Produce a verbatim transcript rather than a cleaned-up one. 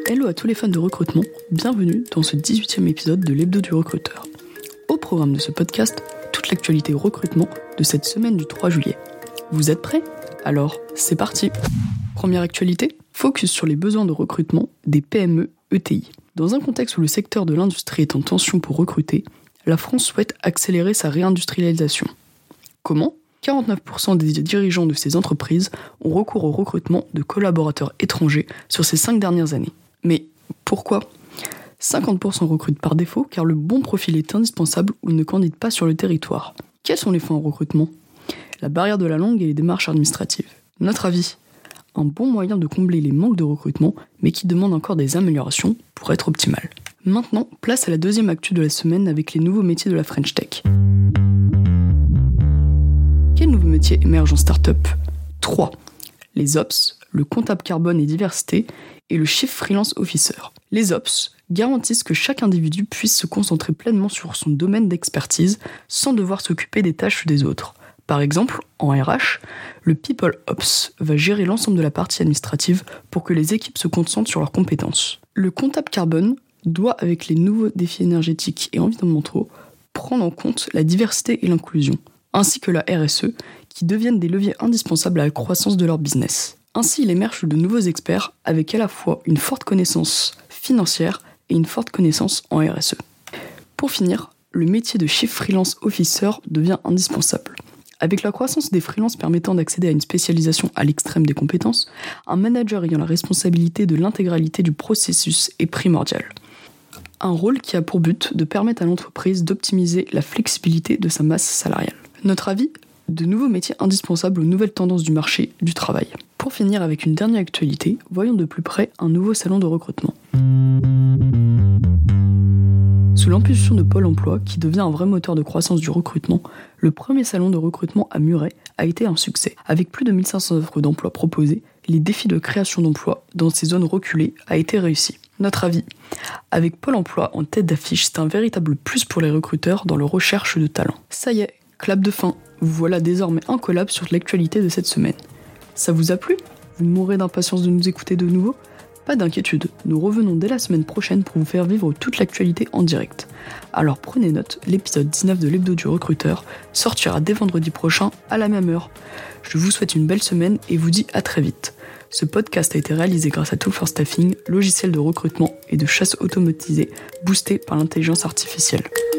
Hello à tous les fans de recrutement, bienvenue dans ce dix-huitième épisode de l'Hebdo du recruteur. Au programme de ce podcast, toute l'actualité recrutement de cette semaine du trois juillet. Vous êtes prêts ? Alors, c'est parti ! Première actualité, focus sur les besoins de recrutement des P M E E T I. Dans un contexte où le secteur de l'industrie est en tension pour recruter, la France souhaite accélérer sa réindustrialisation. Comment ? quarante-neuf pour cent des dirigeants de ces entreprises ont recours au recrutement de collaborateurs étrangers sur ces cinq dernières années. Mais pourquoi ? cinquante pour cent recrutent par défaut car le bon profil est indispensable ou ne candidate pas sur le territoire. Quels sont les freins au recrutement ? La barrière de la langue et les démarches administratives. Notre avis ? Un bon moyen de combler les manques de recrutement, mais qui demande encore des améliorations pour être optimal. Maintenant, place à la deuxième actu de la semaine avec les nouveaux métiers de la French Tech. Quels nouveaux métiers émergent en start-up ? trois. Les Ops, le comptable carbone et diversité, et le Chief Freelance Officer. Les Ops garantissent que chaque individu puisse se concentrer pleinement sur son domaine d'expertise sans devoir s'occuper des tâches des autres. Par exemple, en R H, le People Ops va gérer l'ensemble de la partie administrative pour que les équipes se concentrent sur leurs compétences. Le comptable carbone doit, avec les nouveaux défis énergétiques et environnementaux, prendre en compte la diversité et l'inclusion, ainsi que la R S E, qui deviennent des leviers indispensables à la croissance de leur business. Ainsi, il émerge de nouveaux experts avec à la fois une forte connaissance financière et une forte connaissance en R S E. Pour finir, le métier de Chief Freelance Officer devient indispensable. Avec la croissance des freelances permettant d'accéder à une spécialisation à l'extrême des compétences, un manager ayant la responsabilité de l'intégralité du processus est primordial. Un rôle qui a pour but de permettre à l'entreprise d'optimiser la flexibilité de sa masse salariale. Notre avis ? De nouveaux métiers indispensables aux nouvelles tendances du marché du travail. Pour finir avec une dernière actualité, voyons de plus près un nouveau salon de recrutement. Sous l'impulsion de Pôle emploi, qui devient un vrai moteur de croissance du recrutement, le premier salon de recrutement à Muret a été un succès. Avec plus de mille cinq cents offres d'emploi proposées, les défis de création d'emplois dans ces zones reculées a été réussi. Notre avis ? Avec Pôle emploi en tête d'affiche, c'est un véritable plus pour les recruteurs dans leur recherche de talent. Ça y est, clap de fin. Vous voilà désormais incollable sur l'actualité de cette semaine. Ça vous a plu ? Vous mourrez d'impatience de nous écouter de nouveau ? Pas d'inquiétude, nous revenons dès la semaine prochaine pour vous faire vivre toute l'actualité en direct. Alors prenez note, l'épisode dix-neuf de l'Hebdo du recruteur sortira dès vendredi prochain à la même heure. Je vous souhaite une belle semaine et vous dis à très vite. Ce podcast a été réalisé grâce à Tool for Staffing, logiciel de recrutement et de chasse automatisé boosté par l'intelligence artificielle.